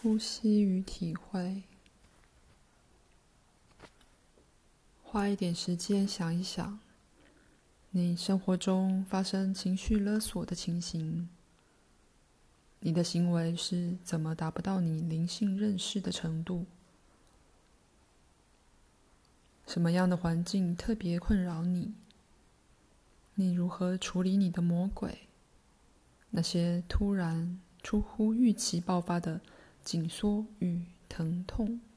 呼吸与体会，花一点时间想一想，你生活中发生情绪勒索的情形，你的行为是怎么达不到你灵性认识的程度？什么样的环境特别困扰你？你如何处理你的魔鬼？那些突然出乎预期爆发的紧缩与疼痛。